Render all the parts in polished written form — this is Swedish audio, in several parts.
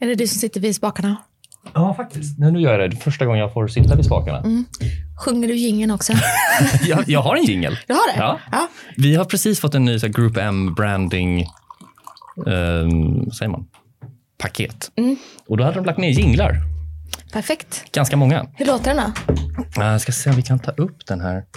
Är det du som sitter vid spakarna? Ja, faktiskt. Nu gör jag det. Första gången jag får sitta vid spakarna. Sjunger du jingeln också? jag har en jingle. Du har det? Ja. Vi har precis fått en ny så här, Group M branding säger man, paket. Och då hade de lagt ner jinglar. Perfekt. Ganska många. Hur låter den då? Jag ska se om vi kan ta upp den här.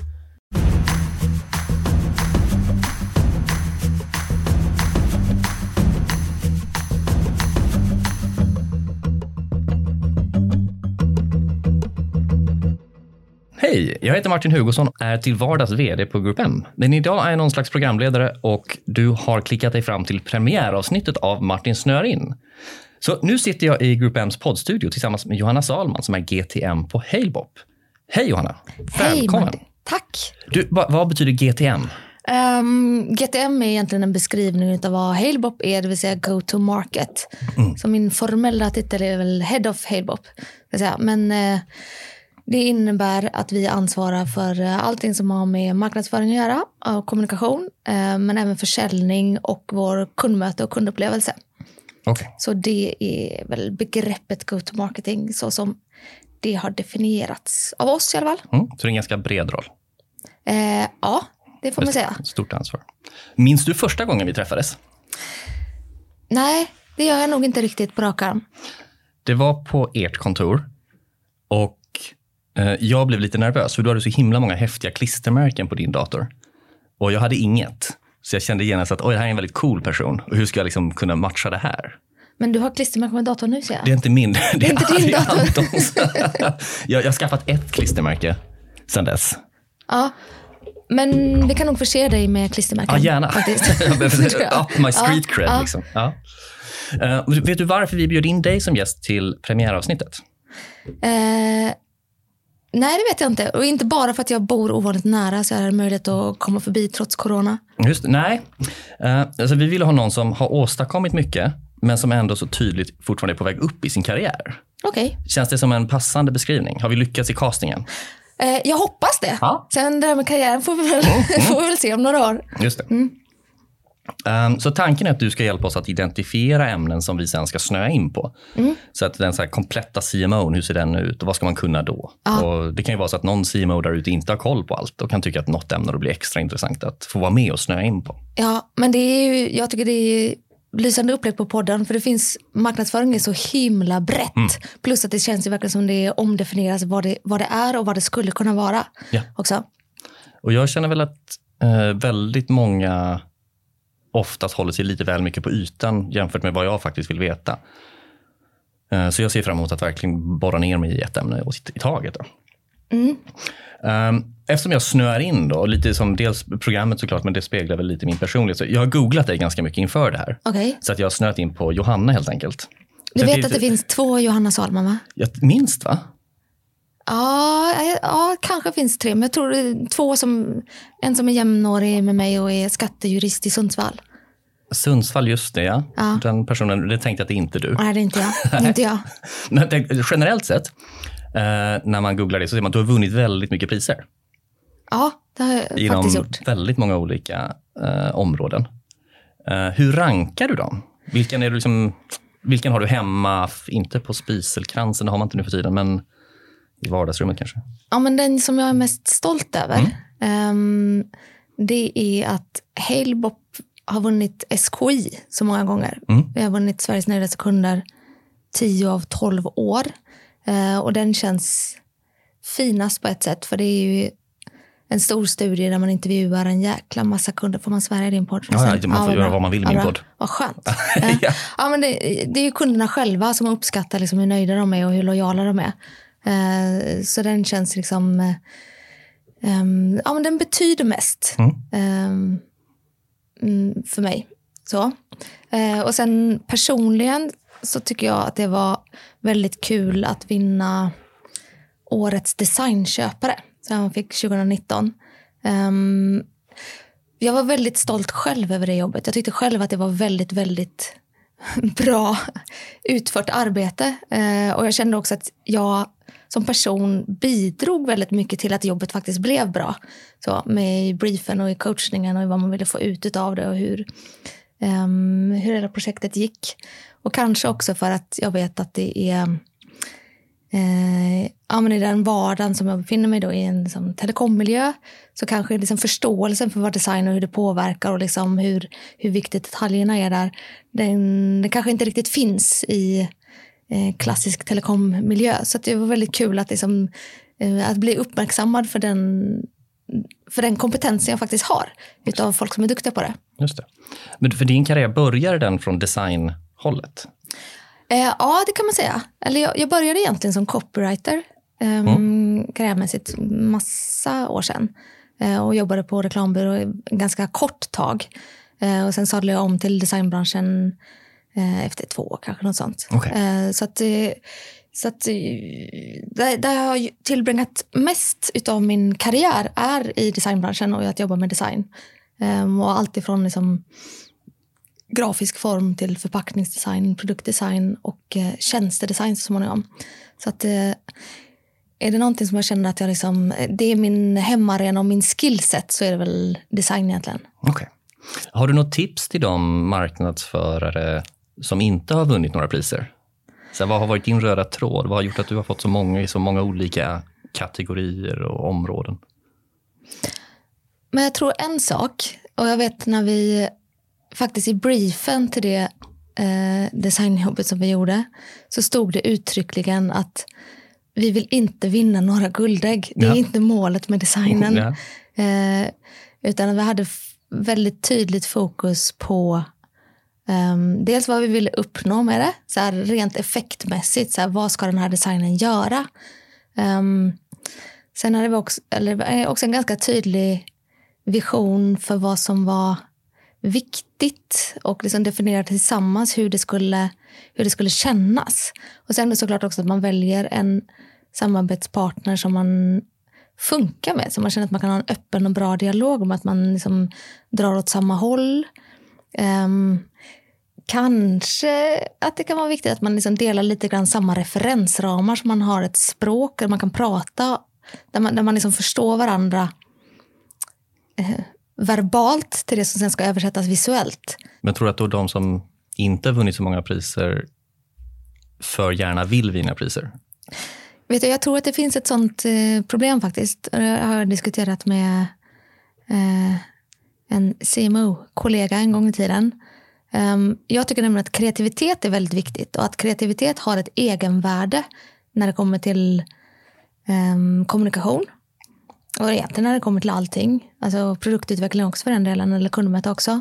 Hej, jag heter Martin Hugosson och är till vardags vd på Group M. Men idag är jag någon slags programledare och du har klickat dig fram till premiäravsnittet av Martin snör in. Så nu sitter jag i Group M's poddstudio tillsammans med Johanna Salman som är GTM på Halebop. Hej Johanna, välkommen. Martin. Tack. Du, vad betyder GTM? GTM är egentligen en beskrivning av vad Halebop är, det vill säga Go to Market. Så min formella titel är väl Head of Halebop. Men det innebär att vi ansvarar för allting som har med marknadsföring att göra, och kommunikation, men även försäljning och vår kundmöte och kundupplevelse. Okay. Så det är väl begreppet go-to-marketing så som det har definierats av oss i alla fall. Så det är en ganska bred roll. Ja, det får man säga. Stort ansvar. Minns du första gången vi träffades? Nej, det gör jag nog inte riktigt på rak arm. Det var på ert kontor och jag blev lite nervös för du hade så himla många häftiga klistermärken på din dator. Och jag hade inget. Så jag kände genast att det här är en väldigt cool person. Och hur ska jag liksom kunna matcha det här? Men du har klistermärken på datorn nu, ser jag. Det är inte min. Det är inte din dator. Antons. jag har skaffat ett klistermärke sedan dess. Ja, men vi kan nog förse dig med klistermärken. Ja, gärna. Faktiskt. Up my street cred. Ja. Liksom. Ja. Vet du varför vi bjöd in dig som gäst till premiäravsnittet? Nej, det vet jag inte. Och inte bara för att jag bor ovanligt nära så är det möjligt att komma förbi trots corona. Just det, nej. Alltså vi ville ha någon som har åstadkommit mycket men som ändå så tydligt fortfarande är på väg upp i sin karriär. Okej. Känns det som en passande beskrivning? Har vi lyckats i castingen? Jag hoppas det. Ja. Sen det här med karriären får vi väl se om några år. Just det. Så tanken är att du ska hjälpa oss att identifiera ämnen som vi sen ska snöa in på. Så att den så här kompletta CMO, hur ser den ut och vad ska man kunna då? Och det kan ju vara så att någon CMO där ute inte har koll på allt och kan tycka att något ämne då blir extra intressant att få vara med och snöa in på. Ja, men det är ju, jag tycker det är lysande upplägg på podden för det finns, marknadsföring är så himla brett. Plus att det känns ju verkligen som det omdefinieras vad det är och vad det skulle kunna vara också. Och jag känner väl att väldigt många oftast håller sig lite väl mycket på ytan jämfört med vad jag faktiskt vill veta. Så jag ser fram emot att verkligen borra ner mig i ett ämne i taget. Då. Eftersom jag snöar in då, lite som dels programmet såklart, men det speglar väl lite min personlighet. Så jag har googlat dig ganska mycket inför det här. Okay. Så att jag har snöat in på Johanna helt enkelt. Du vet att det finns 2 Johanna Salman, va? Minst, va? Ja, kanske finns 3. Men jag tror det är 2 en som är jämnårig med mig och är skattejurist i Sundsvall. Sundsvall, just det, ja. Den personen, det tänkte jag att det är inte du. Nej, det är inte jag. Det är inte jag. Men generellt sett, när man googlar det så ser man att du har vunnit väldigt mycket priser. Ja, det har jag faktiskt gjort. Inom väldigt många olika områden. Hur rankar du dem? Vilken har du hemma? Inte på spiselkransen, det har man inte nu för tiden, men i vardagsrummet kanske. Ja, men den som jag är mest stolt över, det är att Halebop har vunnit SKI så många gånger. Vi har vunnit Sveriges nöjdaste kunder 10 av 12 år. Och den känns finast på ett sätt, för det är ju en stor studie där man intervjuar en jäkla massa kunder. Får man svära i din podd? Ja, man får göra vad man vill i min podd. Vad skönt. Ja, men det är ju kunderna själva som uppskattar liksom hur nöjda de är och hur lojala de är. Så den känns liksom ja, men den betyder mest för mig. Så. Och sen personligen så tycker jag att det var väldigt kul att vinna årets designköpare som jag fick 2019. Jag var väldigt stolt själv över det jobbet. Jag tyckte själv att det var väldigt, väldigt bra utfört arbete. Och jag kände också att jag som person bidrog väldigt mycket till att jobbet faktiskt blev bra. Så med i briefen och i coachningen och vad man ville få ut av det och hur hela projektet gick. Och kanske också för att jag vet att det är men i den vardagen som jag befinner mig då i en liksom, telekommiljö, så kanske liksom förståelsen för vad design och hur det påverkar och liksom hur viktigt detaljerna är där, den kanske inte riktigt finns i klassisk telekommiljö. Så att det var väldigt kul att, liksom, att bli uppmärksammad för den kompetensen jag faktiskt har utav folk som är duktiga på det. Just det. Men för din karriär, började den från designhållet? Ja, det kan man säga. Eller jag började egentligen som copywriter karriärmässigt massa år sedan. Och jobbade på reklambyrå en ganska kort tag. Och sen sadlade jag om till designbranschen efter 2 år, kanske något sånt. Okay. Så att där jag har tillbringat mest utav min karriär är i designbranschen och att jobba med design. Och allt ifrån liksom grafisk form till förpackningsdesign, produktdesign och tjänstedesign så småningom. Så att är det någonting som jag känner att jag liksom, det är min hemmaarena och min skillset, så är det väl design egentligen. Okay. Har du något tips till de marknadsförare som inte har vunnit några priser? Så vad har varit din röda tråd? Vad har gjort att du har fått så många i så många olika kategorier och områden? Men jag tror en sak, och jag vet när vi faktiskt i briefen till det designjobbet som vi gjorde, så stod det uttryckligen att vi vill inte vinna några guldägg. Det är inte målet med designen. Ja. Utan vi hade väldigt tydligt fokus på dels vad vi ville uppnå med det. Så här, rent effektmässigt. Så här, vad ska den här designen göra? Sen hade vi också en ganska tydlig vision för vad som var viktigt och liksom definiera tillsammans hur det skulle kännas. Och sen är det såklart också att man väljer en samarbetspartner som man funkar med, så man känner att man kan ha en öppen och bra dialog om, att man liksom drar åt samma håll. Kanske att det kan vara viktigt att man liksom delar lite grann samma referensramar, så man har ett språk där man kan prata, där man liksom förstår varandra verbalt till det som sen ska översättas visuellt. Men tror du att då de som inte vunnit så många priser för gärna vill vinna priser? Vet du, jag tror att det finns ett sånt problem faktiskt. Jag har diskuterat med en CMO-kollega en gång i tiden. Jag tycker nämligen att kreativitet är väldigt viktigt, och att kreativitet har ett egenvärde när det kommer till kommunikation. Och egentligen när det kommer till allting. Alltså produktutveckling också för den delen, eller kundmöte också.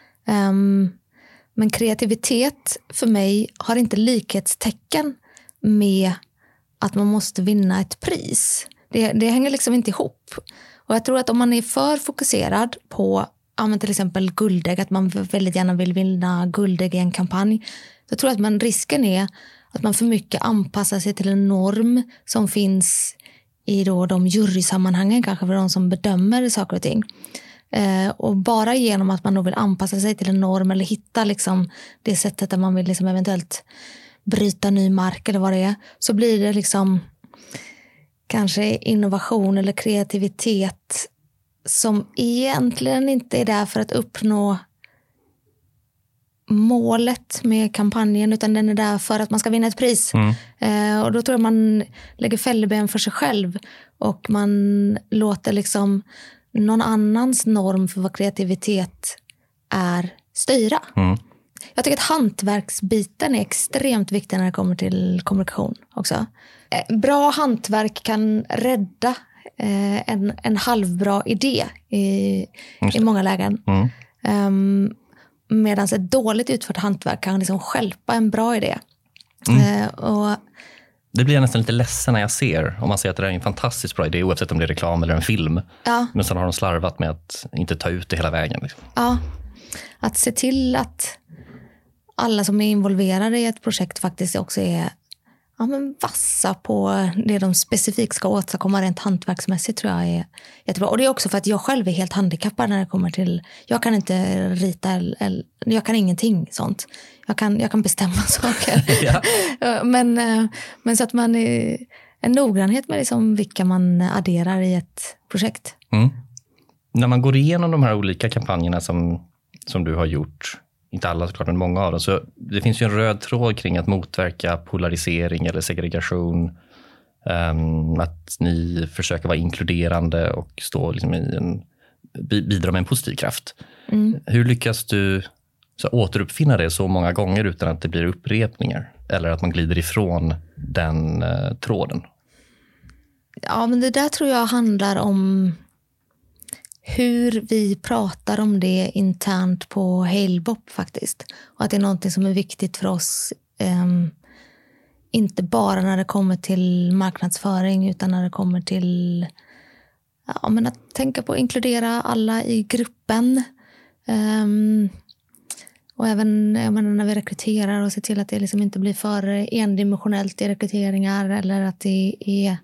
Men kreativitet för mig har inte likhetstecken med att man måste vinna ett pris. Det hänger liksom inte ihop. Och jag tror att om man är för fokuserad på till exempel guldägg, att man väldigt gärna vill vinna guldägg i en kampanj, då tror jag att risken är att man för mycket anpassar sig till en norm som finns i då de jurysammanhangen, kanske för de som bedömer saker och ting. Och bara genom att man då vill anpassa sig till en norm eller hitta liksom det sättet där man vill liksom eventuellt bryta ny mark eller vad det är, så blir det liksom kanske innovation eller kreativitet som egentligen inte är där för att uppnå målet med kampanjen, utan den är där för att man ska vinna ett pris. Och då tror jag man lägger fälleben för sig själv, och man låter liksom någon annans norm för vad kreativitet är styra. Jag tycker att hantverksbiten är extremt viktig när det kommer till kommunikation också. Bra hantverk kan rädda en halvbra idé i många lägen. Medan ett dåligt utfört hantverk kan liksom stjälpa en bra idé. Och det blir jag nästan lite ledsen när jag ser. Om man säger att det är en fantastiskt bra idé, oavsett om det är reklam eller en film. Ja. Men sen har de slarvat med att inte ta ut det hela vägen. Liksom. Ja, att se till att alla som är involverade i ett projekt faktiskt också är vassa på det de specifikt ska åstadkomma rent hantverksmässigt, tror jag är jättebra. Och det är också för att jag själv är helt handikappad när det kommer till, jag kan inte rita eller jag kan ingenting sånt. Jag kan bestämma saker. Ja. men så att man är en noggrannhet med liksom vilka man adderar i ett projekt. När man går igenom de här olika kampanjerna som du har gjort inte alla såklart, men många av dem. Så det finns ju en röd tråd kring att motverka polarisering eller segregation. Att ni försöker vara inkluderande och stå liksom bidra med en positiv kraft. Hur lyckas du återuppfinna det så många gånger utan att det blir upprepningar? Eller att man glider ifrån den tråden? Ja, men det där tror jag handlar om hur vi pratar om det internt på Halebop faktiskt. Och att det är någonting som är viktigt för oss. Inte bara när det kommer till marknadsföring utan när det kommer till men att tänka på att inkludera alla i gruppen. Och även när vi rekryterar och se till att det liksom inte blir för endimensionellt i rekryteringar eller att det är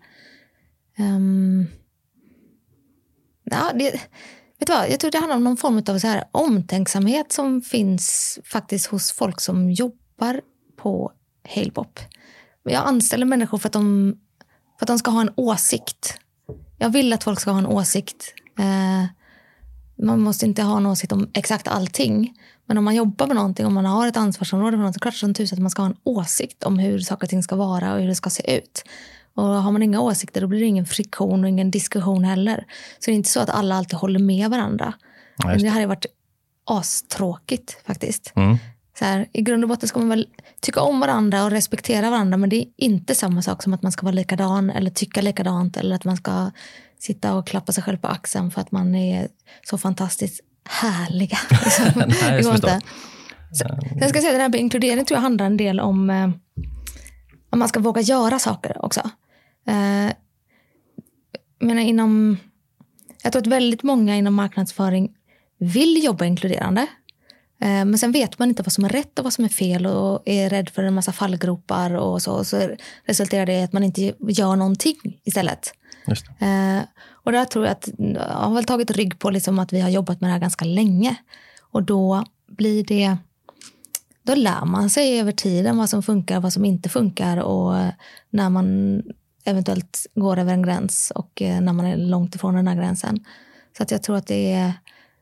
vet du vad? Jag tror det handlar om någon form av så här omtänksamhet som finns faktiskt hos folk som jobbar på Halebop. Jag anställer människor för att de ska ha en åsikt. Jag vill att folk ska ha en åsikt. Man måste inte ha en åsikt om exakt allting. Men om man jobbar med någonting, om man har ett ansvarsområde för något, så klart som tusen att man ska ha en åsikt om hur saker och ting ska vara och hur det ska se ut. Och har man inga åsikter, då blir det ingen friktion och ingen diskussion heller. Så det är inte så att alla alltid håller med varandra. Men det hade varit astråkigt faktiskt. Så här, i grund och botten ska man väl tycka om varandra och respektera varandra, men det är inte samma sak som att man ska vara likadan eller tycka likadant eller att man ska sitta och klappa sig själv på axeln för att man är så fantastiskt härliga. Nej, det går inte. Jag ska säga, det här med inkludering tror jag handlar en del om man ska våga göra saker också. Jag tror att väldigt många inom marknadsföring vill jobba inkluderande. Men sen vet man inte vad som är rätt och vad som är fel och är rädd för en massa fallgropar och så resulterar det i att man inte gör någonting istället. Just det. Och där tror jag att jag har väl tagit rygg på liksom att vi har jobbat med det här ganska länge. Och då lär man sig över tiden vad som funkar och vad som inte funkar och när man eventuellt går över en gräns och när man är långt ifrån den här gränsen. Så att jag tror att det är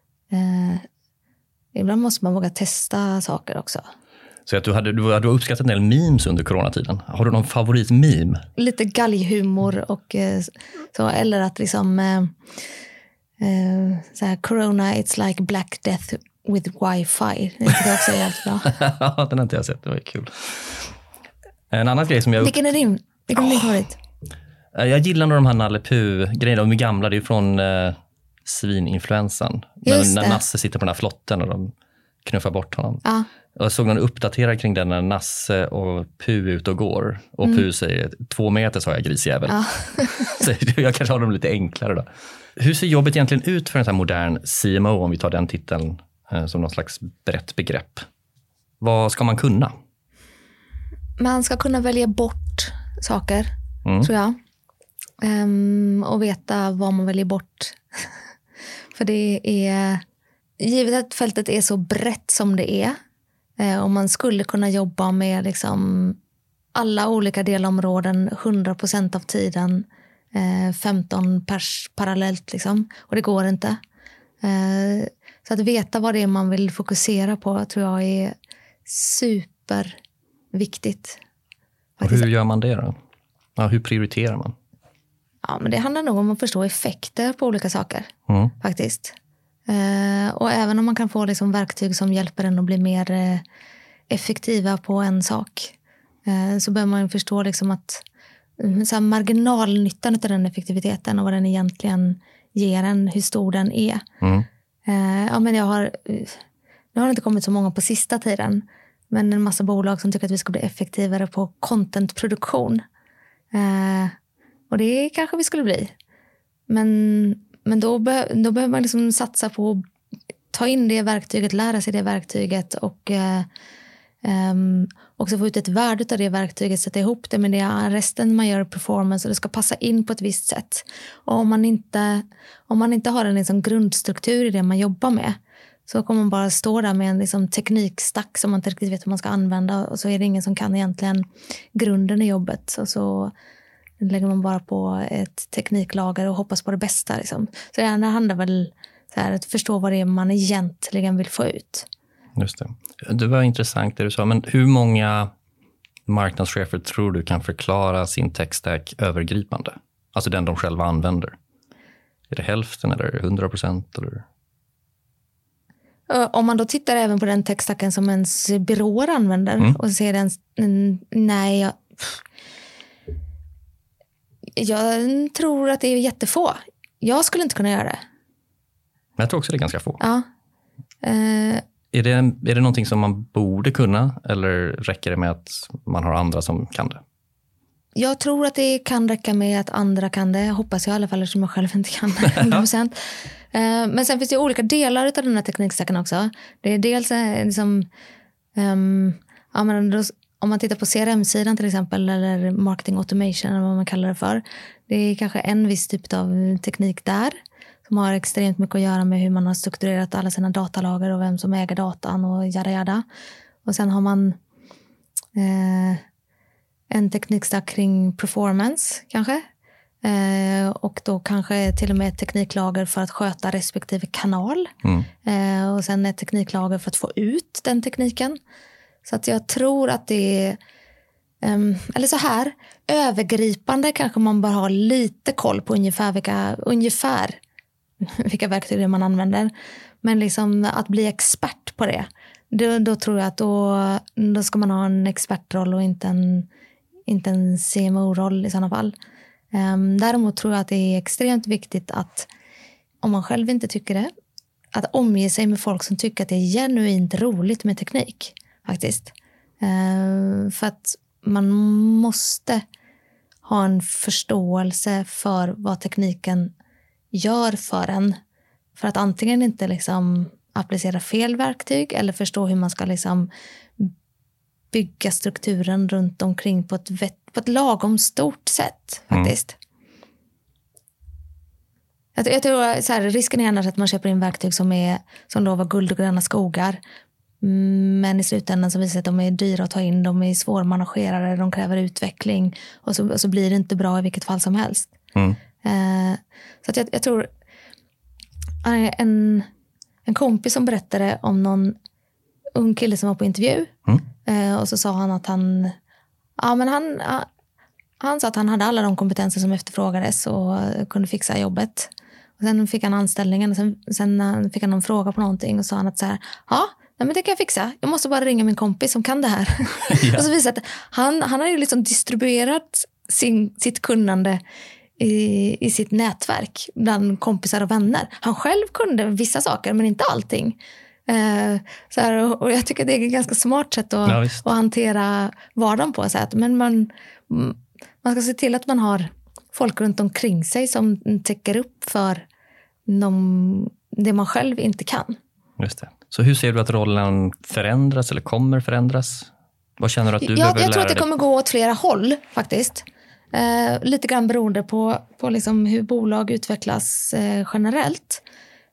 ibland måste man våga testa saker också. Så att du har uppskattat en del memes under coronatiden. Har du någon favoritmeme? Lite galghumor och så, eller att liksom så här, Corona it's like Black Death with wifi. Det tycker jag också är helt bra. Ja, den har inte jag sett. Det var kul. En annan grej som jag... Vilken är din favorit? Jag gillar nog de här Nalle Puh-grejerna. De är gamla, det är från svininfluensan. När Nasse sitter på den här flotten och de knuffar bort honom. Ja. Och jag såg någon uppdaterad kring den när Nasse och Puh ut och går. Och Puh säger 2 meter så har jag grisjävel. Ja. Så jag kanske har dem lite enklare då. Hur ser jobbet egentligen ut för en sån här modern CMO om vi tar den titeln som någon slags brett begrepp? Vad ska man kunna? Man ska kunna välja bort saker, tror jag. Och veta vad man väljer bort. För det är, givet att fältet är så brett som det är, och man skulle kunna jobba med liksom alla olika delområden 100% av tiden, 15 pers parallellt liksom, och det går inte. Så att veta vad det är man vill fokusera på tror jag är superviktigt. Och hur gör man det då? Ja, hur prioriterar man? Ja, men det handlar nog om att förstå effekter på olika saker faktiskt. Och även om man kan få liksom verktyg som hjälper en att bli mer effektiva på en sak, så behöver man förstå liksom att så här, marginalnyttan av den effektiviteten och vad den egentligen ger en, hur stor den är. Ja, men nu har det inte kommit så många på sista tiden, men en massa bolag som tycker att vi ska bli effektivare på contentproduktion. Och det kanske vi skulle bli. Men då behöver man liksom satsa på att ta in det verktyget, lära sig det verktyget och också få ut ett värde av det verktyget, sätta ihop det med det resten man gör performance, och det ska passa in på ett visst sätt. Och om man inte har en liksom grundstruktur i det man jobbar med, så kommer man bara stå där med en liksom teknikstack som man inte riktigt vet hur man ska använda, och så är det ingen som kan egentligen grunden i jobbet, så lägger man bara på ett tekniklager och hoppas på det bästa liksom. Så det handlar väl så här, att förstå vad det är man egentligen vill få ut. Just det. Det var intressant det du sa, men hur många marknadschefer tror du kan förklara sin tech-stack övergripande? Alltså den de själva använder. Är det hälften eller 100%? Eller? Om man då tittar även på den tech-stacken som ens byråer använder och ser den, nej, jag tror att det är jättefå. Jag skulle inte kunna göra det. Men jag tror också det är ganska få. Ja. Är det någonting som man borde kunna eller räcker det med att man har andra som kan det? Jag tror att det kan räcka med att andra kan det. Hoppas jag i alla fall eftersom jag själv inte kan det 100%. Men sen finns det olika delar av den här teknikstacken också. Det är dels liksom, om man tittar på CRM-sidan till exempel eller marketing automation eller vad man kallar det för. Det är kanske en viss typ av teknik där som har extremt mycket att göra med hur man har strukturerat alla sina datalager och vem som äger datan och jada. Och sen har man en teknikstack kring performance kanske. Och då kanske till och med ett tekniklager för att sköta respektive kanal. Och sen ett tekniklager för att få ut den tekniken. Så att jag tror att det är, eller så här, övergripande kanske man bara har lite koll på ungefär vilka verktyg det man använder. Men liksom att bli expert på det, då tror jag att då ska man ha en expertroll och inte en CMO-roll i sådana fall. Däremot tror jag att det är extremt viktigt att, om man själv inte tycker det, att omge sig med folk som tycker att det är genuint roligt med teknik faktiskt. För att man måste ha en förståelse för vad tekniken gör för en. För att antingen inte liksom applicera fel verktyg eller förstå hur man ska liksom bygga strukturen runt omkring på ett lagom stort sätt faktiskt. Jag tror så här, risken är annars att man köper in verktyg som lovar guld och gröna skogar. Men i slutändan så visar det att de är dyra att ta in, de är svårmanagerade, de kräver utveckling och så blir det inte bra i vilket fall som helst. Så att jag tror en kompis som berättade om någon ung kille som var på intervju och så sa han att han sa att han hade alla de kompetenser som efterfrågades och kunde fixa jobbet. Och sen fick han anställningen och sen fick han någon fråga på någonting och sa han att så här, nej, men det kan jag fixa. Jag måste bara ringa min kompis som kan det här. Ja. Och så visade att han har ju liksom distribuerat sitt kunnande i sitt nätverk bland kompisar och vänner. Han själv kunde vissa saker men inte allting. Så här, och jag tycker det är ett ganska smart sätt att hantera vardagen på. Så att, men man ska se till att man har folk runt omkring sig som täcker upp för det man själv inte kan. Just det. Så hur ser du att rollen förändras eller kommer förändras? Vad känner du att du behöver lära dig? Jag tror att det kommer gå åt flera håll faktiskt. Lite grann beroende på liksom hur bolag utvecklas generellt.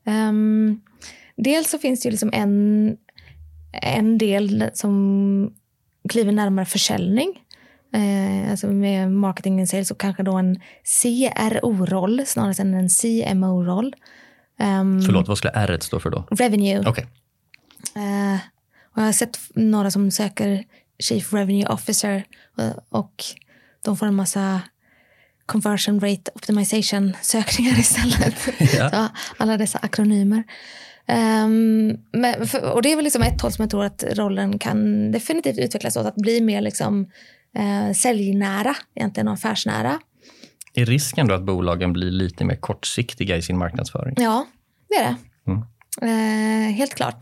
Dels så finns det ju liksom en del som kliver närmare försäljning. Alltså med marketing and sales, så kanske då en CRO-roll snarare än en CMO-roll. Förlåt, vad skulle R stå för då? Revenue. Okay. Och jag har sett några som söker Chief Revenue Officer och de får en massa conversion rate optimization sökningar istället. Ja. Så alla dessa akronymer. Och det är väl liksom ett håll som jag tror att rollen kan definitivt utvecklas åt, att bli mer liksom säljnära, egentligen affärsnära. Är risken då att bolagen blir lite mer kortsiktiga i sin marknadsföring? Ja, det är det. Helt klart.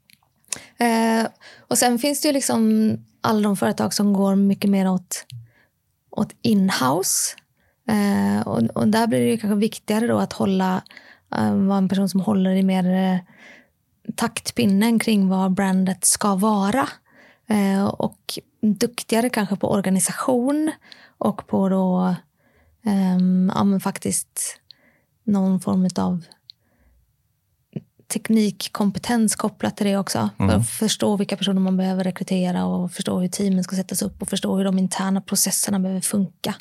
Och sen finns det ju liksom alla de företag som går mycket mer åt in-house. Och där blir det ju kanske viktigare då att vara en person som håller i mer taktpinnen kring vad brandet ska vara. Och duktigare kanske på organisation och på då faktiskt någon form av teknikkompetens kopplat till det också. För att förstå vilka personer man behöver rekrytera och förstå hur teamen ska sättas upp och förstå hur de interna processerna behöver funka.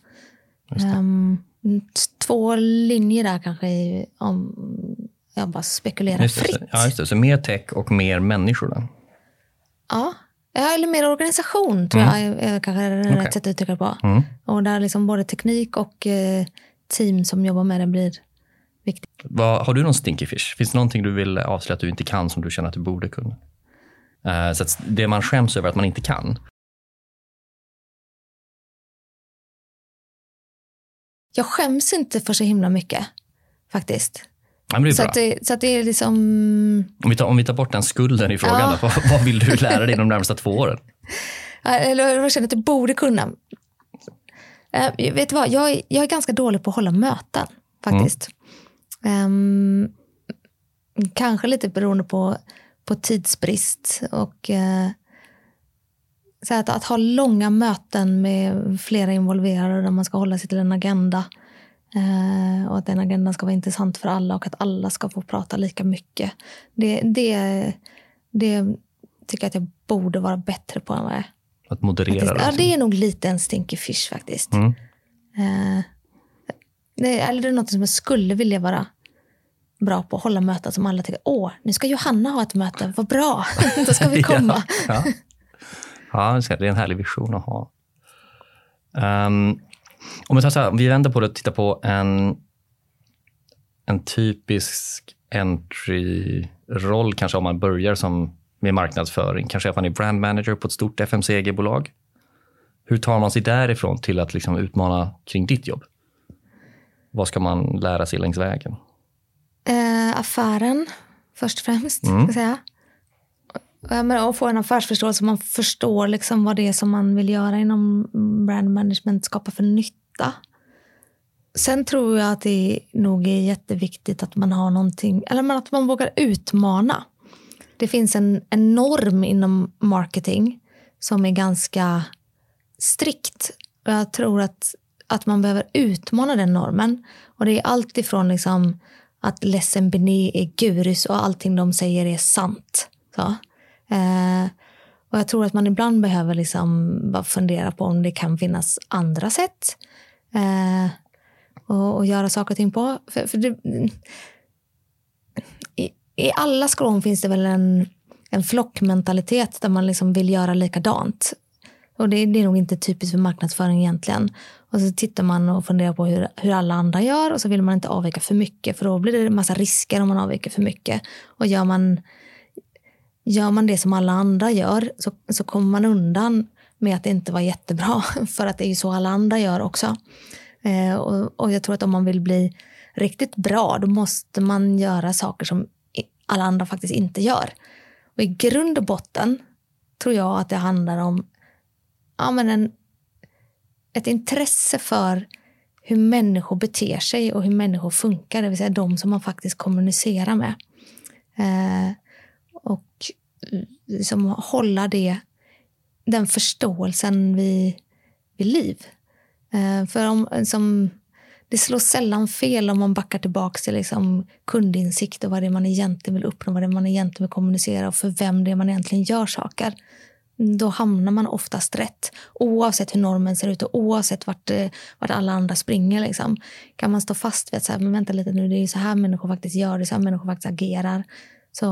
2 linjer där kanske om jag bara spekulerar fritt. Ja, just det. Så mer tech och mer människor då? Ja, eller mer organisation tror jag är kanske rätt sätt att uttrycka det på. Och där liksom både teknik och team som jobbar med det blir viktigt. Har du någon stinky fish? Finns det någonting du vill avslöja att du inte kan som du känner att du borde kunna? Så att det man skäms över att man inte kan. Jag skäms inte för så himla mycket, faktiskt. Ja, men det är så, bra. så att det är liksom... Om vi tar bort den skulden i frågan, då, vad vill du lära dig de närmaste 2 åren? Eller jag känner att du borde kunna. Vet du vad, jag är ganska dålig på att hålla möten, faktiskt. Kanske lite beroende på tidsbrist och så att ha långa möten med flera involverade där man ska hålla sig till en agenda och att den agendan ska vara intressant för alla och att alla ska få prata lika mycket. Det tycker jag att jag borde vara bättre på än vad jag är. Att moderera? Ja, det är nog lite en stinky fish faktiskt. Det är något som jag skulle vilja vara bra på, att hålla möten som alla tycker, nu ska Johanna ha ett möte, vad bra, då ska vi komma. Ja, det är en härlig vision att ha. Om vi tar så här, om vi vänder på det och tittar på en typisk entry-roll, kanske om man börjar med marknadsföring, kanske att man är brand manager på ett stort FMCG-bolag. Hur tar man sig därifrån till att liksom utmana kring ditt jobb? Vad ska man lära sig längs vägen? Affären först och främst, ska jag säga. Och få en affärsförståelse så man förstår liksom vad det är som man vill göra inom brand management, skapa för nytta. Sen tror jag att det nog är jätteviktigt att man har någonting, eller att man vågar utmana. Det finns en norm inom marketing som är ganska strikt. Och jag tror att man behöver utmana den normen. Och det är allt ifrån liksom att ledsen Benet är gurus och allting de säger är sant. Så. Och jag tror att man ibland behöver liksom bara fundera på om det kan finnas andra sätt och göra saker och ting på. För det, i alla skrån finns det väl en flockmentalitet där man liksom vill göra likadant. Och det är nog inte typiskt för marknadsföring egentligen. Och så tittar man och funderar på hur alla andra gör och så vill man inte avvika för mycket, för då blir det en massa risker om man avviker för mycket. Och gör man det som alla andra gör så kommer man undan med att det inte var jättebra, för att det är ju så alla andra gör också. Och jag tror att om man vill bli riktigt bra, då måste man göra saker som alla andra faktiskt inte gör. Och i grund och botten tror jag att det handlar om ett intresse för hur människor beter sig och hur människor funkar, det vill säga de som man faktiskt kommunicerar med. Och liksom hålla den förståelsen vid liv. För det slår sällan fel om man backar tillbaka till liksom kundinsikt och vad det är man egentligen vill uppnå, vad det är man egentligen vill kommunicera och för vem det är man egentligen gör saker. Då hamnar man oftast rätt. Oavsett hur normen ser ut och oavsett vart alla andra springer. Liksom. Kan man stå fast vid att men vänta lite nu, det är ju så här människor faktiskt gör, det är så här människor faktiskt agerar. Så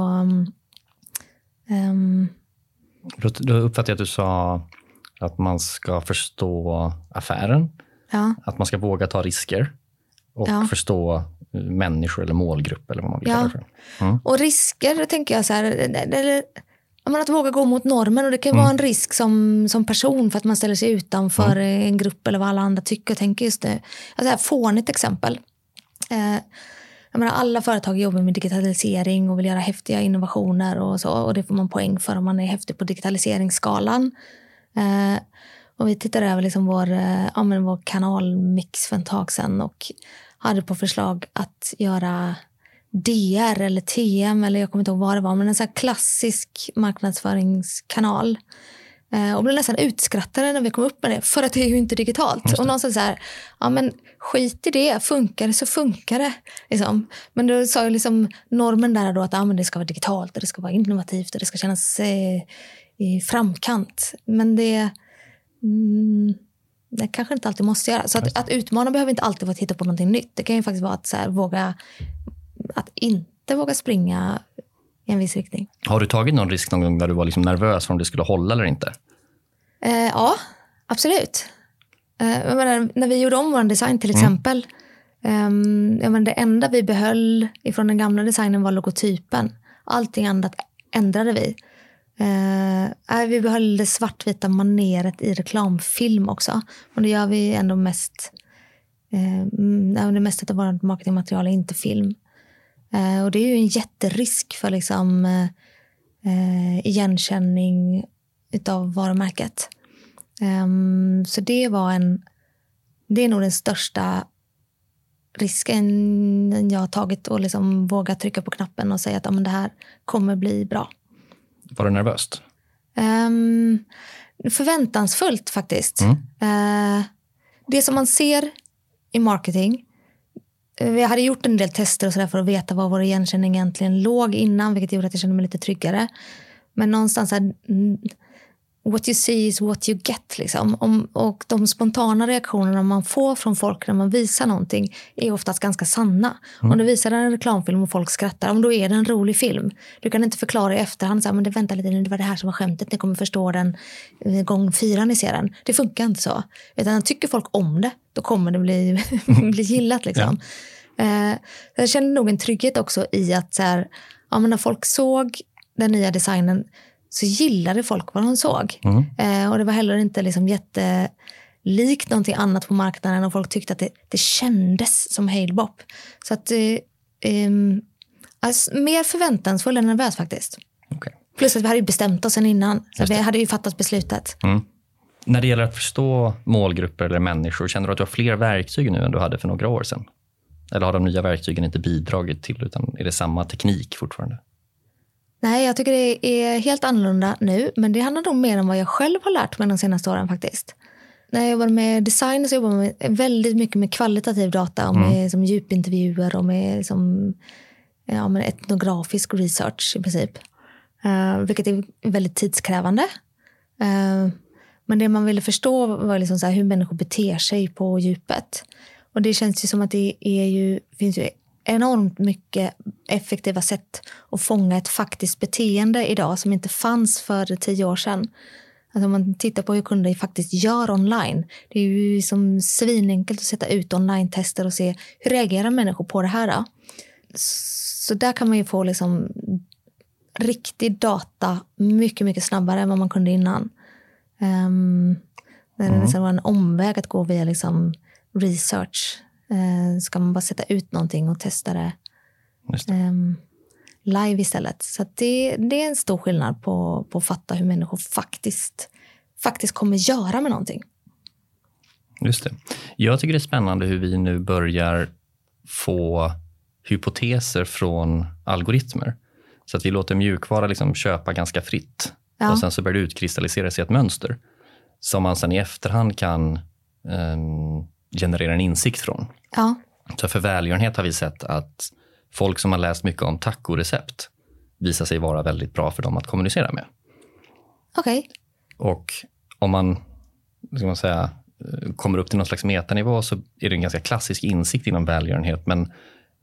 Då uppfattar jag att du sa att man ska förstå affären. Ja. Att man ska våga ta risker och förstå människor eller målgrupp eller vad man vill kalla det för. Och risker tänker jag så här, att våga gå mot normen, och det kan vara en risk som person för att man ställer sig utanför en grupp eller vad alla andra tycker och tänker just det. Alltså ett fånigt exempel. Alla företag jobbar med digitalisering och vill göra häftiga innovationer och så, och det får man poäng för om man är häftig på digitaliseringsskalan. Och vi tittade över liksom vår kanalmix för en tag sedan och hade på förslag att göra DR eller TM, eller jag kommer inte ihåg vad det var, men en sån här klassisk marknadsföringskanal. Och blev nästan utskrattade när vi kom upp med det, för att det är ju inte digitalt. Och någonstans så här, men skit i det, funkar det så funkar det. Liksom. Men då sa ju liksom normen där då att men det ska vara digitalt och det ska vara innovativt och det ska kännas i framkant. Men det kanske inte alltid måste göra. Så att utmana behöver inte alltid vara att hitta på någonting nytt. Det kan ju faktiskt vara att så här, inte våga springa i en viss riktning. Har du tagit någon risk någon gång där du var liksom nervös för om det skulle hålla eller inte? Ja, absolut. När vi gjorde om vår design till exempel, det enda vi behöll ifrån den gamla designen var logotypen. Allting annat ändrade vi. Vi behöll det svartvita maneret i reklamfilm också. Och det gör vi ändå mest. Det mesta av vårt marketingmaterial är inte film. Och det är ju en jätterisk för liksom igenkänning utav varumärket. Så det är nog den största risken jag har tagit, och liksom våga trycka på knappen och säga att det här kommer bli bra. Var det nervöst? Förväntansfullt faktiskt. Det som man ser i marketing, vi hade gjort en del tester och så där för att veta vad vår igenkänning egentligen låg innan, vilket gjorde att jag kände mig lite tryggare. Men någonstans här, what you see is what you get liksom. Och de spontana reaktionerna man får från folk när man visar någonting är oftast ganska sanna. Om du visar en reklamfilm och folk skrattar, då är det en rolig film. Du kan inte förklara i efterhand så här, men det väntar lite nu, det var det här som var skämtet, ni kommer förstå den gång 4 ni ser den. Det funkar inte så. Utan tycker folk om det, då kommer det bli gillat liksom. Jag kände nog en trygghet också i att så här, när folk såg den nya designen så gillade folk vad de såg. Och det var heller inte liksom jättelikt någonting annat på marknaden, och folk tyckte att det kändes som Halebop. Så att mer förväntansfull än nervös faktiskt. Okay. Plus att vi hade ju bestämt oss sen innan. Så vi hade ju fattat beslutet. När det gäller att förstå målgrupper eller människor, känner du att du har fler verktyg nu än du hade för några år sedan? Eller har de nya verktygen inte bidragit till, utan är det samma teknik fortfarande? Nej, jag tycker det är helt annorlunda nu. Men det handlar nog mer om vad jag själv har lärt mig de senaste åren faktiskt. När jag jobbade med design så jobbade jag väldigt mycket med kvalitativ data. Och med som djupintervjuer och med, med etnografisk research i princip. Vilket är väldigt tidskrävande. Men det man ville förstå var liksom så här hur människor beter sig på djupet. Och det känns ju som att det finns ju enormt mycket effektiva sätt att fånga ett faktiskt beteende idag som inte fanns för 10 år sedan. Alltså om man tittar på hur kunder faktiskt gör online. Det är ju som svinenkelt att sätta ut online-tester och se hur reagerar människor på det här då. Så där kan man ju få liksom riktig data mycket, mycket snabbare än vad man kunde innan. Det är liksom en omväg att gå via liksom research. Ska man bara sätta ut någonting och testa det live istället. Så att det är en stor skillnad på att fatta hur människor faktiskt kommer göra med någonting. Just det. Jag tycker det är spännande hur vi nu börjar få hypoteser från algoritmer. Så att vi låter mjukvara liksom köpa ganska fritt. Ja. Och sen så börjar det utkristallisera sig ett mönster som man sen i efterhand kan generera en insikt från. Ja. Så för välgörenhet har vi sett att folk som har läst mycket om tacorecept visar sig vara väldigt bra för dem att kommunicera med. Okej. Okay. Och om man, ska man säga, kommer upp till någon slags metanivå så är det en ganska klassisk insikt inom välgörenhet. Men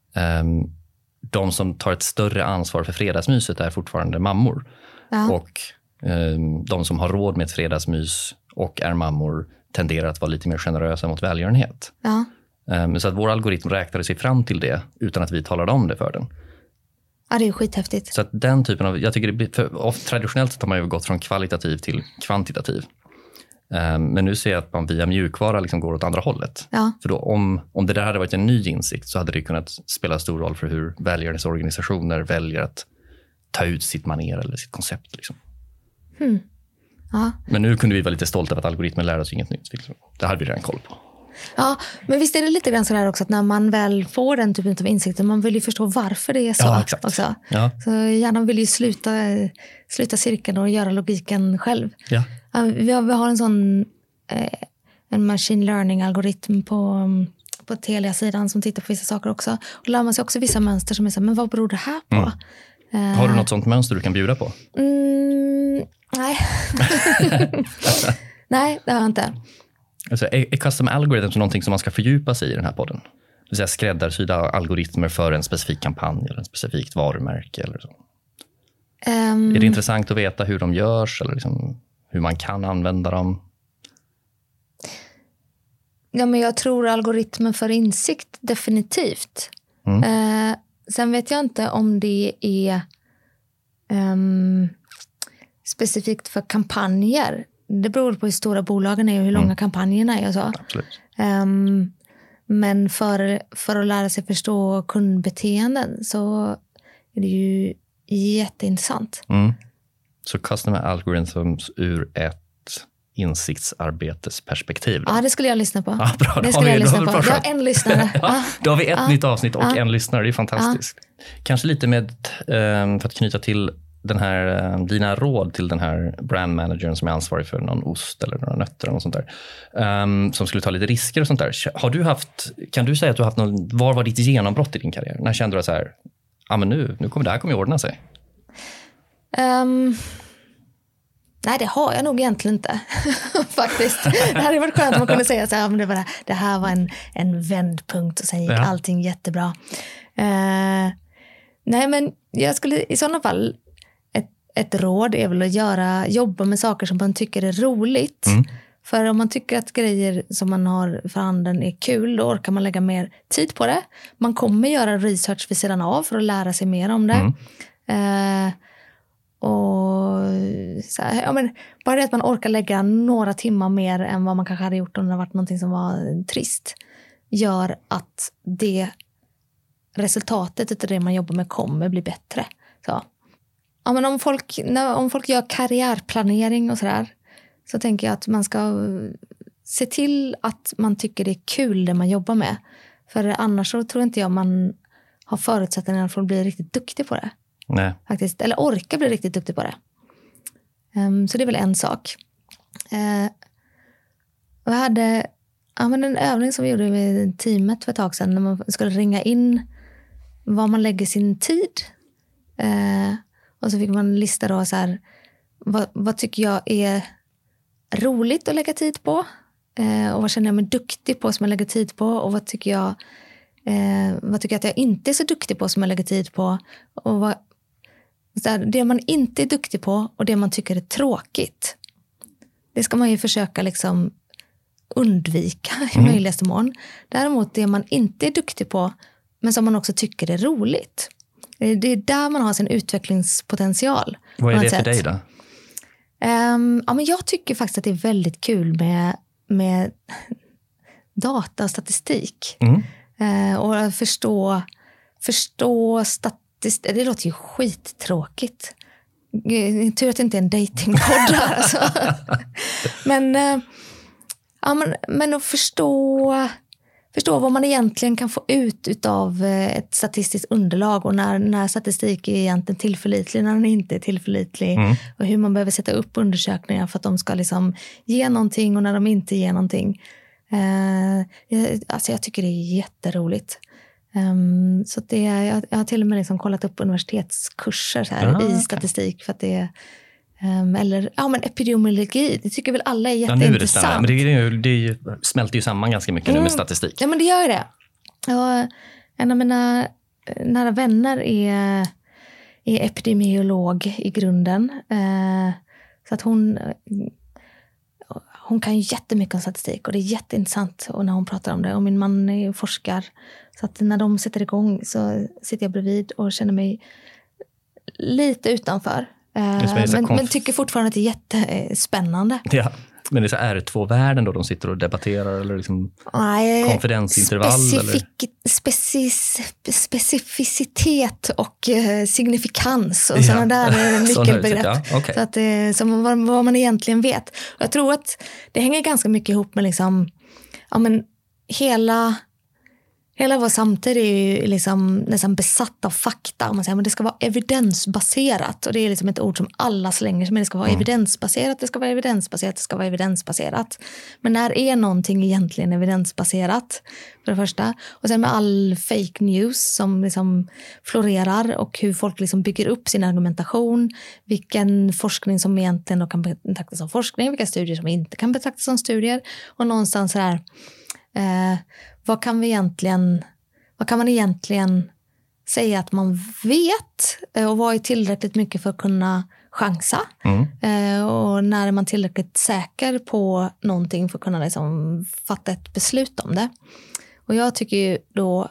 de som tar ett större ansvar för fredagsmyset är fortfarande mammor. Ja. Och de som har råd med ett fredagsmys och är mammor tenderar att vara lite mer generösa mot välgörenhet. Ja. Så att vår algoritm räknade sig fram till det utan att vi talade om det för den. Ja, det är skithäftigt. Så att den typen av, jag tycker traditionellt sett har man ju gått från kvalitativ till kvantitativ. Men nu ser jag att man via mjukvara liksom går åt andra hållet. Ja. För då om det där hade varit en ny insikt så hade det kunnat spela stor roll för hur välgörenhetsorganisationer väljer att ta ut sitt manér eller sitt koncept. Liksom. Ja. Men nu kunde vi vara lite stolta över att algoritmen lär oss inget nytt. Det hade vi redan koll på. Ja, men visst är det lite grann så där också att när man väl får den typen av insikter, man vill ju förstå varför det är så. Ja, exakt. Också. Ja. Så hjärnan vill ju sluta cirkeln och göra logiken själv. Ja. Vi har en sån en machine learning-algoritm på Telia-sidan som tittar på vissa saker också. Och lär man sig också vissa mönster som är så här, men vad beror det här på? Har du något sånt mönster du kan bjuda på? Nej. Nej, det har jag inte. Alltså, är custom algorithms någonting som man ska fördjupa sig i den här podden? Det vill säga skräddarsydda algoritmer för en specifik kampanj eller en specifikt varumärke eller så? Är det intressant att veta hur de görs eller liksom hur man kan använda dem? Ja, men jag tror algoritmen för insikt definitivt. Sen vet jag inte om det är specifikt för kampanjer. Det beror på hur stora bolagen är och hur långa kampanjerna är och så. Absolut. Men för att lära sig förstå kundbeteenden så är det ju jätteintressant. Så customer algorithms ur ett insiktsarbetesperspektiv. Ja, det skulle jag lyssna på. Ja, bra, det skulle jag lyssna på. Jag har en lyssnare. Då har vi ett nytt avsnitt och en lyssnare. Det är fantastiskt. Kanske lite med, för att knyta till den här, dina råd till den här brandmanagern som är ansvarig för någon ost eller några nötter eller något sånt där. Som skulle ta lite risker och sånt där. Kan du säga att du har haft var var ditt genombrott i din karriär? När kände du så här, men nu kommer det här kommer ordna sig? Nej, det har jag nog egentligen inte. Faktiskt. Det hade varit skönt om man kunde säga så här, men det här var en vändpunkt och sen gick allting jättebra. Nej, men jag skulle i sådana fall ett råd är väl att jobba med saker som man tycker är roligt. För om man tycker att grejer som man har för handen är kul, då orkar man lägga mer tid på det. Man kommer göra research vid sidan av för att lära sig mer om det. Och så här, men bara det att man orkar lägga några timmar mer än vad man kanske hade gjort om det varit någonting som var trist, gör att det resultatet av det man jobbar med kommer bli bättre. Så. Ja, men om folk gör karriärplanering och sådär, så tänker jag att man ska se till att man tycker det är kul det man jobbar med. För annars så tror inte jag man har förutsättningar för att bli riktigt duktig på det. Nej. Faktiskt. Eller orka bli riktigt duktig på det. Så det är väl en sak. Och jag hade en övning som vi gjorde med teamet för ett tag sedan, när man skulle ringa in var man lägger sin tid. Och så fick man lista då så här, vad tycker jag är roligt att lägga tid på? Och vad känner jag mig duktig på som jag lägger tid på? Och vad tycker jag att jag inte är så duktig på som jag lägger tid på? Och det man inte är duktig på och det man tycker är tråkigt, det ska man ju försöka liksom undvika i möjligaste mån. Däremot det man inte är duktig på men som man också tycker är roligt, det är där man har sin utvecklingspotential. Vad är det för dig då? Men jag tycker faktiskt att det är väldigt kul med data och statistik. Och förstå statistik. Det låter ju skittråkigt. Tur att det inte är en datingpodd här. Alltså. Men att förstå vad man egentligen kan få ut av ett statistiskt underlag, och när statistik är egentligen tillförlitlig, när den inte är tillförlitlig, och hur man behöver sätta upp undersökningar för att de ska liksom ge någonting och när de inte ger någonting. Jag tycker det är jätteroligt. Så att jag har till och med liksom kollat upp universitetskurser så här, i statistik för att det men epidemiologi, det tycker väl alla är jätteintressant. Ja, nu är det men det smälter ju samman ganska mycket nu med statistik. Ja, men det gör ju det. Och en av mina nära vänner är epidemiolog i grunden. Så att hon kan ju jättemycket om statistik och det är jätteintressant och när hon pratar om det. Och min man är forskar. Så att när de sätter igång så sitter jag bredvid och känner mig lite utanför. Men tycker fortfarande att det är jättespännande. Ja, men det är så R2-världen då de sitter och debatterar eller liksom konfidensintervall? Specificitet och signifikans och sådana där nyckelbegrepp. Ja, okay. Så att, som vad man egentligen vet. Och jag tror att det hänger ganska mycket ihop med liksom, hela vår samtid är ju liksom nästan besatt av fakta. Man säger, men det ska vara evidensbaserat. Och det är liksom ett ord som alla slänger sig med. Det ska vara evidensbaserat, det ska vara evidensbaserat, det ska vara evidensbaserat. Men när är någonting egentligen evidensbaserat? För det första. Och sen med all fake news som liksom florerar och hur folk liksom bygger upp sin argumentation. Vilken forskning som egentligen då kan betraktas som forskning. Vilka studier som inte kan betraktas som studier. Och någonstans så här... Vad kan man egentligen säga att man vet och vad är tillräckligt mycket för att kunna chansa. Och när är man tillräckligt säker på någonting för att kunna liksom fatta ett beslut om det. Och jag tycker ju då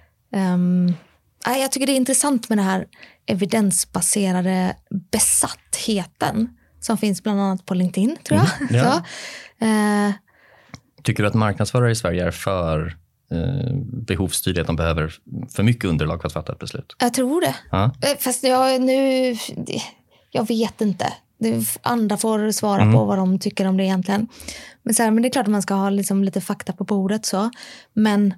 jag tycker det är intressant med det här evidensbaserade besattheten som finns bland annat på LinkedIn, tror jag. Ja. Tycker du att marknadsförare i Sverige är för behovsstyrda, att de behöver för mycket underlag för att fatta ett beslut? Jag tror det. Fast jag vet inte. Andra får svara på vad de tycker om det egentligen. Men det är klart att man ska ha liksom lite fakta på bordet. Så. Men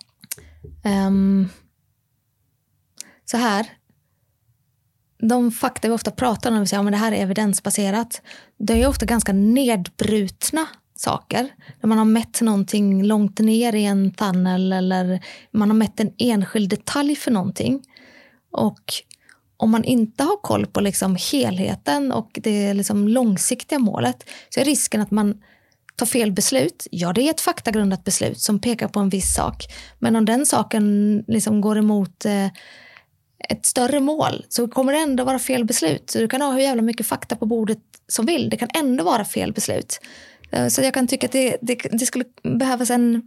så här. De fakta vi ofta pratar om när vi säger att det här är evidensbaserat. Det är ofta ganska nedbrutna saker. När man har mätt någonting långt ner i en tunnel eller man har mätt en enskild detalj för någonting. Och om man inte har koll på liksom helheten och det liksom långsiktiga målet så är risken att man tar fel beslut. Ja, det är ett faktagrundat beslut som pekar på en viss sak. Men om den saken liksom går emot ett större mål så kommer det ändå vara fel beslut. Så du kan ha hur jävla mycket fakta på bordet som vill. Det kan ändå vara fel beslut. Så jag kan tycka att det skulle behövas en...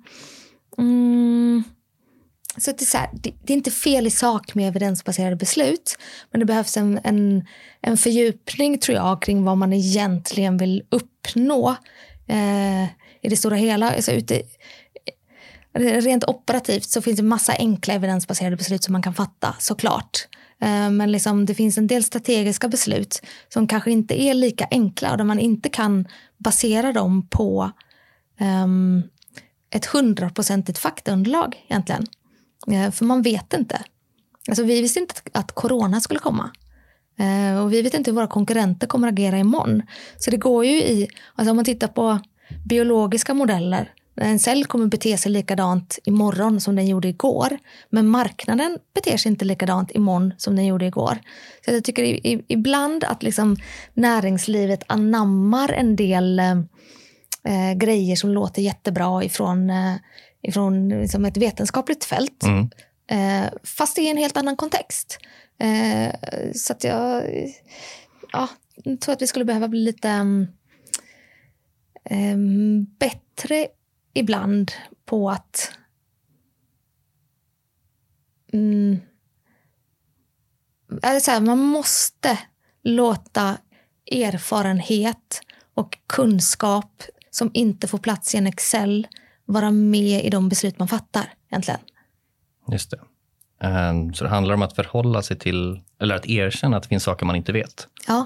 Så att det är inte fel i sak med evidensbaserade beslut. Men det behövs en fördjupning, tror jag, kring vad man egentligen vill uppnå i det stora hela. Alltså rent operativt så finns det massa enkla evidensbaserade beslut som man kan fatta, såklart. Men liksom, det finns en del strategiska beslut som kanske inte är lika enkla och där man inte kan basera dem på ett 100% faktaunderlag egentligen. För man vet inte. Alltså, vi visste inte att corona skulle komma. Och vi vet inte hur våra konkurrenter kommer att agera imorgon. Så det går ju alltså om man tittar på biologiska modeller. En cell kommer bete sig likadant imorgon som den gjorde igår. Men marknaden beter sig inte likadant imorgon som den gjorde igår. Så jag tycker ibland att liksom näringslivet anammar en del grejer som låter jättebra ifrån liksom ett vetenskapligt fält. Fast det är en helt annan kontext. Så att jag tror att vi skulle behöva bli lite bättre ibland på att man måste låta erfarenhet och kunskap som inte får plats i en Excel vara med i de beslut man fattar egentligen. Just det. Så det handlar om att förhålla sig till, eller att erkänna att det finns saker man inte vet. Ja.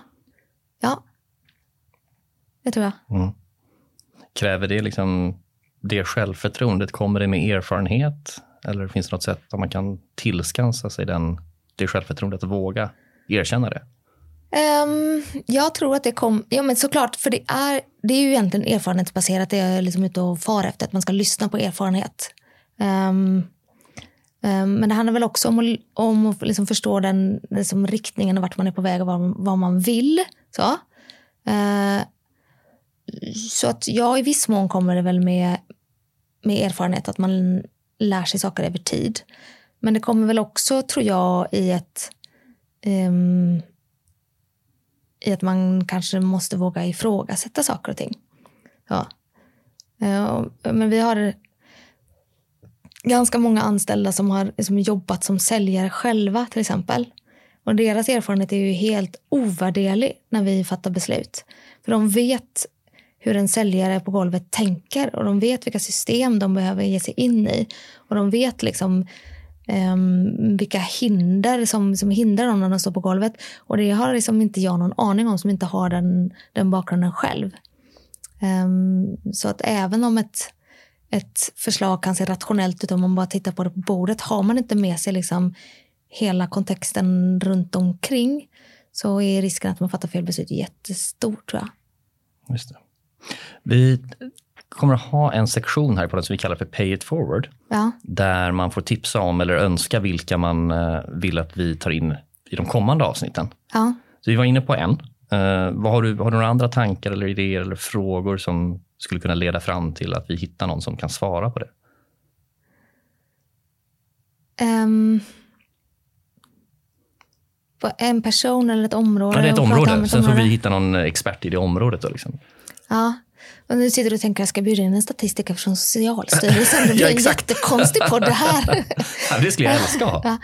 Det tror jag. Kräver det liksom det självförtroendet? Kommer det med erfarenhet? Eller finns det något sätt att man kan tillskansa sig det självförtroendet att våga erkänna det? Jag tror att det men såklart, för det är ju egentligen erfarenhetsbaserat. Det är liksom ute och far efter att man ska lyssna på erfarenhet. Men det handlar väl också om att liksom förstå den liksom riktningen och vart man är på väg och vad man vill. Så att i viss mån kommer det väl med erfarenhet att man lär sig saker över tid. Men det kommer väl också, tror jag, i att man kanske måste våga ifrågasätta saker och ting. Men vi har ganska många anställda som har liksom jobbat som säljare själva, till exempel. Och deras erfarenhet är ju helt ovärderlig när vi fattar beslut. För de vet hur en säljare på golvet tänker och de vet vilka system de behöver ge sig in i. Och de vet liksom vilka hinder som hindrar dem när de står på golvet. Och det har liksom inte jag någon aning om, som inte har den bakgrunden själv. Så att även om ett förslag kan se rationellt ut om man bara tittar på det på bordet, har man inte med sig liksom hela kontexten runt omkring, så är risken att man fattar fel beslut jättestor, tror jag. Just det. Vi kommer att ha en sektion här på det som vi kallar för Pay It Forward. Ja. Där man får tipsa om eller önska vilka man vill att vi tar in i de kommande avsnitten. Ja. Så vi var inne på en. Har du några andra tankar eller idéer eller frågor som skulle kunna leda fram till att vi hittar någon som kan svara på det? på en person eller ett område? Ja, det är ett område. Sen får vi hitta någon expert i det området då liksom. Ja. Och nu sitter du och tänker att jag ska bjuda in en statistiker från Socialstyrelsen. Det blir en jättekonstig podd det här. Ja, det skulle jag älska ha. Ja.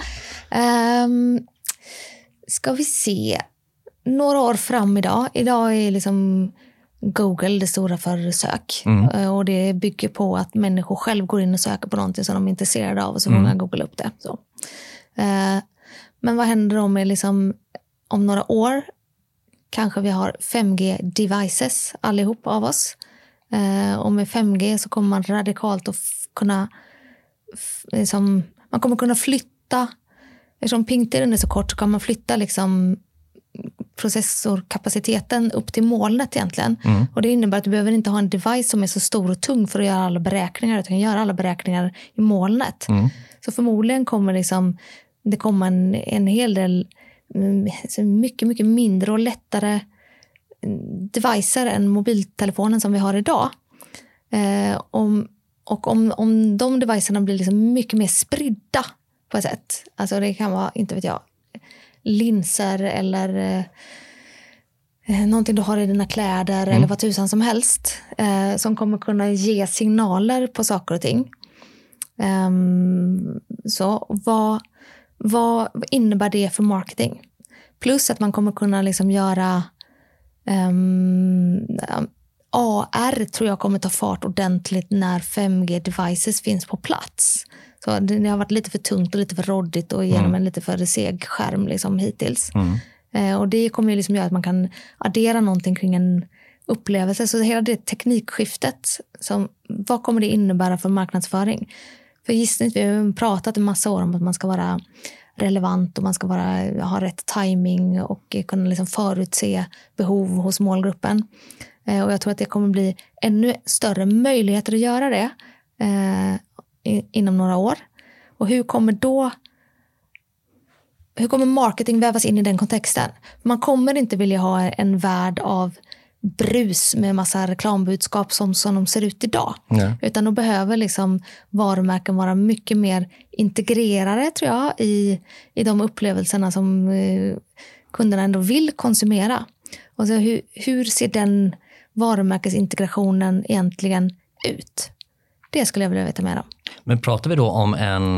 Ska vi se. Några år fram idag. Idag är liksom Google det stora för sök. Och det bygger på att människor själv går in och söker på någonting som de är intresserade av och så fångar Google upp det. Så. Men vad händer då med liksom, om några år? Kanske vi har 5G-devices allihop av oss. Och med 5G så kommer man radikalt att kunna liksom, man kommer kunna flytta, eftersom pingtiden är så kort så kan man flytta liksom processorkapaciteten upp till molnet egentligen. Och det innebär att du behöver inte ha en device som är så stor och tung för att göra alla beräkningar. Du kan göra alla beräkningar i molnet. Så förmodligen kommer liksom, det kommer en hel del mycket, mycket mindre och lättare devicer än mobiltelefonen som vi har idag. Om de devicerna blir liksom mycket mer spridda på ett sätt. Alltså det kan vara, inte vet jag, linser eller någonting du har i dina kläder eller vad tusan som helst. Som kommer kunna ge signaler på saker och ting. Så vad innebär det för marketing? Plus att man kommer kunna liksom göra AR tror jag kommer ta fart ordentligt när 5G-devices finns på plats. Så det har varit lite för tungt och lite för råddigt och genom en lite för seg skärm liksom hittills. Och det kommer ju liksom göra att man kan addera någonting kring en upplevelse. Så hela det teknikskiftet, vad kommer det innebära för marknadsföring? För gissningsvis, vi har pratat en massa år om att man ska vara relevant och man ska ha rätt timing och kunna liksom förutse behov hos målgruppen. Och jag tror att det kommer bli ännu större möjligheter att göra det inom några år. Och hur kommer marketing vävas in i den kontexten? Man kommer inte vilja ha en värld av brus med massa reklambudskap som de ser ut idag. Nej. Utan de behöver liksom varumärken vara mycket mer integrerade tror jag i de upplevelserna som kunderna ändå vill konsumera. Och så hur ser den varumärkesintegrationen egentligen ut? Det skulle jag vilja veta mer om. Men pratar vi då om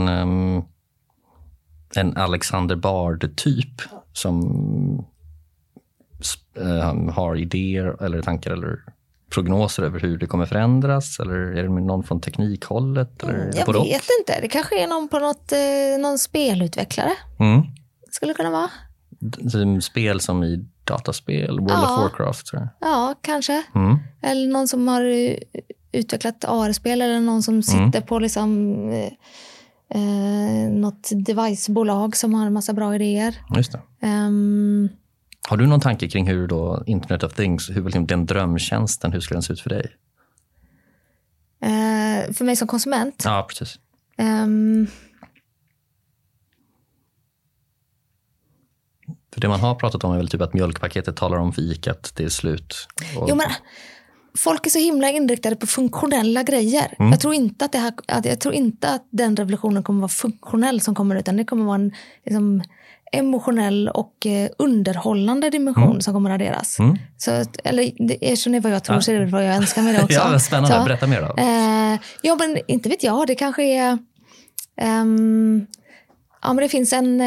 en Alexander Bard-typ som har idéer eller tankar eller prognoser över hur det kommer förändras? Eller är det någon från teknikhållet? Eller jag vet inte. Det kanske är någon på någon spelutvecklare. Skulle det kunna vara. Spel som i dataspel, World of Warcraft. Så. Ja, kanske. Eller någon som har utvecklat AR-spel eller någon som sitter på liksom något device-bolag som har en massa bra idéer. Just det. Har du någon tanke kring hur då Internet of Things, hur den drömtjänsten, hur skulle den se ut för dig? För mig som konsument? Ja, precis. För det man har pratat om är väl typ att mjölkpaketet talar om för ICA att det är slut. Jo, men folk är så himla inriktade på funktionella grejer. Jag tror inte att den revolutionen kommer vara funktionell som kommer, utan det kommer vara en liksom, emotionell och underhållande dimension som kommer att adderas. Så, eller eftersom det är vad jag tror så är det vad jag önskar med det också. Ja, spännande. Berätta mer då. Ja, men inte vet jag. Det kanske är men det finns en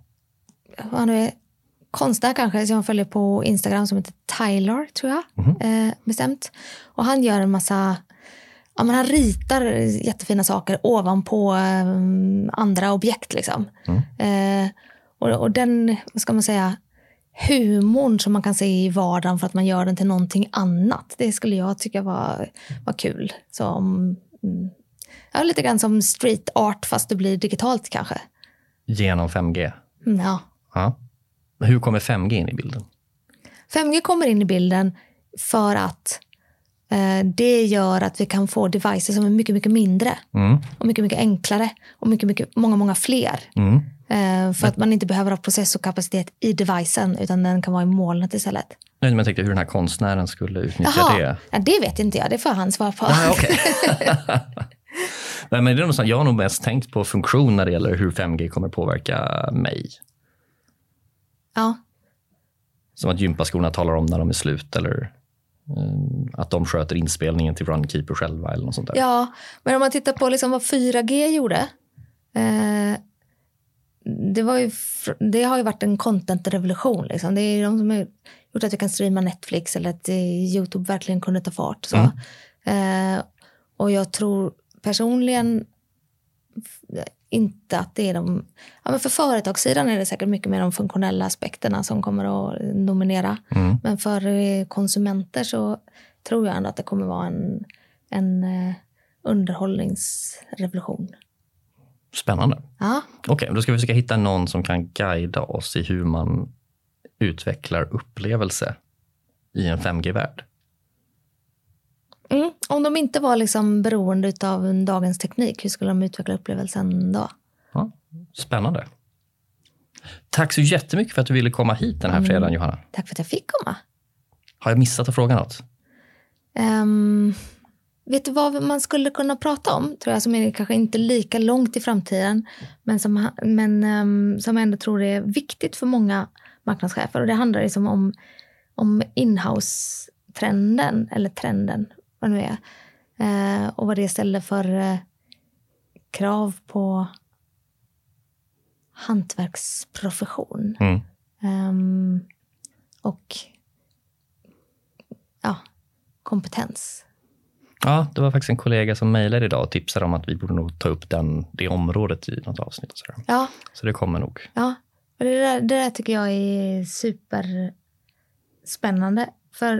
konstnär kanske som jag följer på Instagram som heter Tyler, tror jag. Bestämt. Och han gör en massa han ritar jättefina saker ovanpå andra objekt liksom. Och den, vad ska man säga, humorn som man kan se i vardagen för att man gör den till någonting annat. Det skulle jag tycka var kul. Lite grann som street art fast det blir digitalt kanske. Genom 5G? Ja. Hur kommer 5G in i bilden? 5G kommer in i bilden för att det gör att vi kan få devices som är mycket, mycket mindre. Och mycket, mycket enklare. Och mycket, många fler. För att man inte behöver ha processorkapacitet i devicen utan den kan vara i molnet istället. Nej, men jag tänkte hur den här konstnären skulle utnyttja det. Ja, det vet inte jag. Det får han svara på. Okay. Nej, men det är någonstans, jag har nog mest tänkt på funktion när det gäller hur 5G kommer påverka mig. Ja. Som att gympaskorna talar om när de är slut eller att de sköter inspelningen till Runkeeper själva eller något sånt där. Ja, men om man tittar på liksom vad 4G gjorde. Det har ju varit en content-revolution. Liksom. Det är de som har gjort att du kan streama Netflix eller att YouTube verkligen kunde ta fart. Så. Och jag tror personligen inte att det är de... Ja, men för företagssidan är det säkert mycket mer de funktionella aspekterna som kommer att dominera. Men för konsumenter så tror jag ändå att det kommer vara en underhållningsrevolution. Spännande. Ja. Okej, då ska vi försöka hitta någon som kan guida oss i hur man utvecklar upplevelse i en 5G-värld. Om de inte var liksom beroende av dagens teknik, hur skulle de utveckla upplevelsen då? Ja, spännande. Tack så jättemycket för att du ville komma hit den här fredagen, Johanna. Tack för att jag fick komma. Har jag missat att fråga något? Vet du vad man skulle kunna prata om, tror jag, som är kanske inte lika långt i framtiden, men som jag ändå tror är viktigt för många marknadschefer. Och det handlar liksom om inhouse-trenden, eller trenden, vad nu är. Och vad det ställer för krav på hantverksprofession. Och kompetens. Ja, det var faktiskt en kollega som mejlade idag och tipsade om att vi borde nog ta upp det området i något avsnitt. Och sådär. Ja. Så det kommer nog. Ja, och det där tycker jag är superspännande. För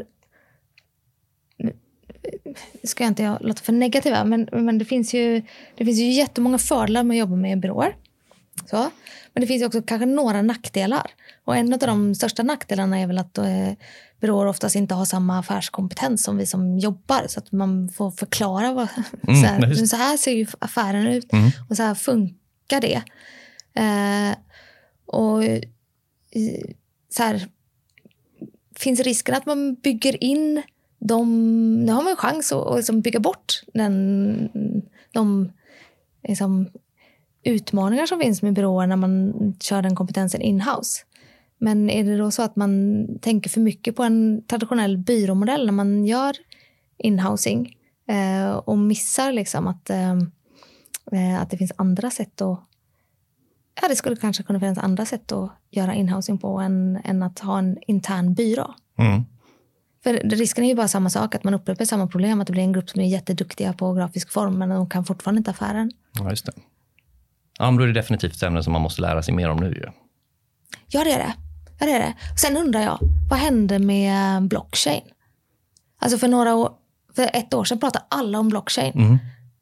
ska jag inte låta för negativa, men det finns ju jättemånga fördelar med att jobba med byråer. Så. Men det finns ju också kanske några nackdelar. Och en av de största nackdelarna är väl att byråer oftast inte har samma affärskompetens som vi som jobbar. Så att man får förklara så här ser ju affären ut. Och så här funkar det. Och så här finns risken att man bygger in nu har man ju chans att liksom bygga bort de liksom, utmaningar som finns med byråer när man kör den kompetensen in-house. Men är det då så att man tänker för mycket på en traditionell byråmodell när man gör in-housing och missar liksom att det finns andra sätt att... Ja, det skulle kanske kunna finnas andra sätt att göra in-housing på än att ha en intern byrå. För risken är ju bara samma sak, att man upprepar samma problem, att det blir en grupp som är jätteduktiga på grafisk form men de kan fortfarande inte affären. Ja, just det. Ja, men då är det definitivt ett ämne som man måste lära sig mer om nu ju. Ja, det är det. Sen undrar jag, vad hände med blockchain? Alltså för ett år sedan pratade alla om blockchain.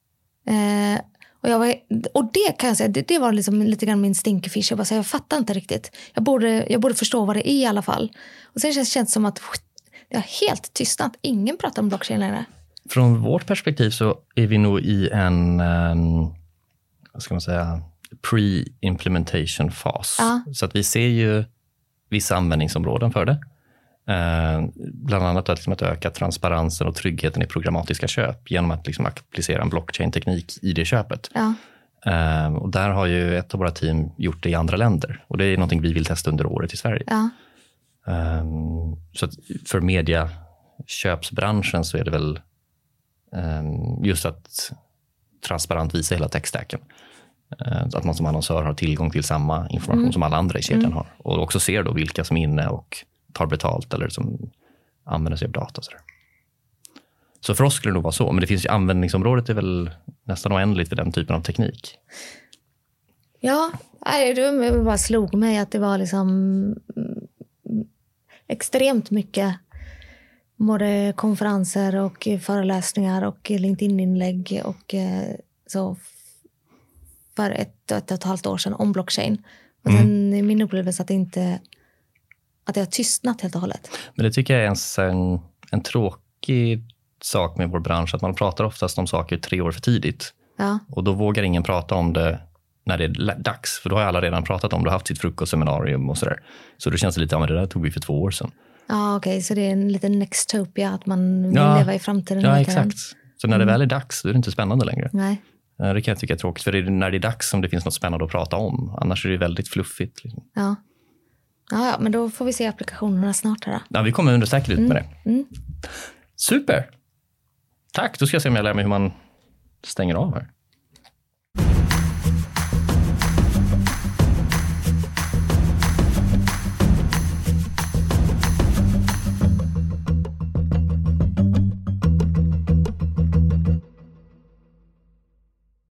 Och det kan jag säga, det var liksom lite grann min stinkerfish. Jag fattar inte riktigt. Jag borde förstå vad det är i alla fall. Och sen känns det som att det har helt tystnat. Ingen pratar om blockchain längre. Från vårt perspektiv så är vi nog i en vad ska man säga, pre-implementation fas. Så att vi ser ju vissa användningsområden för det. Bland annat att öka transparensen och tryggheten i programmatiska köp genom att liksom applicera en blockchain-teknik i det köpet. Och där har ju ett av våra team gjort det i andra länder. Och det är någonting vi vill testa under året i Sverige. Så att för mediaköpsbranschen så är det väl just att transparent visa hela techstacken. Att man som annonsör har tillgång till samma information som alla andra i kedjan har. Och också ser då vilka som är inne och tar betalt eller som använder sig av data. Så för oss skulle det nog vara så. Men det finns ju användningsområdet är väl nästan oändligt för den typen av teknik. Ja, det bara slog mig att det var liksom extremt mycket både konferenser och föreläsningar och LinkedIn-inlägg och så för ett och ett halvt år sedan om blockchain. Och sen är min upplevelse att det har tystnat helt och hållet. Men det tycker jag är en tråkig sak med vår bransch, att man pratar oftast om saker 3 år för tidigt. Och då vågar ingen prata om det när det är dags, för då har alla redan pratat om det och haft sitt frukostseminarium och sådär. Så då känns det lite, men det där tog vi för 2 år sedan. Ja, okej. Så det är en liten nextopia att man vill leva i framtiden. Ja, exakt. Så när det väl är dags, då är det inte spännande längre. Nej. Det kan jag tycka är tråkigt, för det är när det är dags som det finns något spännande att prata om. Annars är det väldigt fluffigt. Liksom. Ja. Ja, men då får vi se applikationerna snart här. Ja, vi kommer säkert ut med det. Super! Tack, då ska jag se om jag lär mig hur man stänger av här.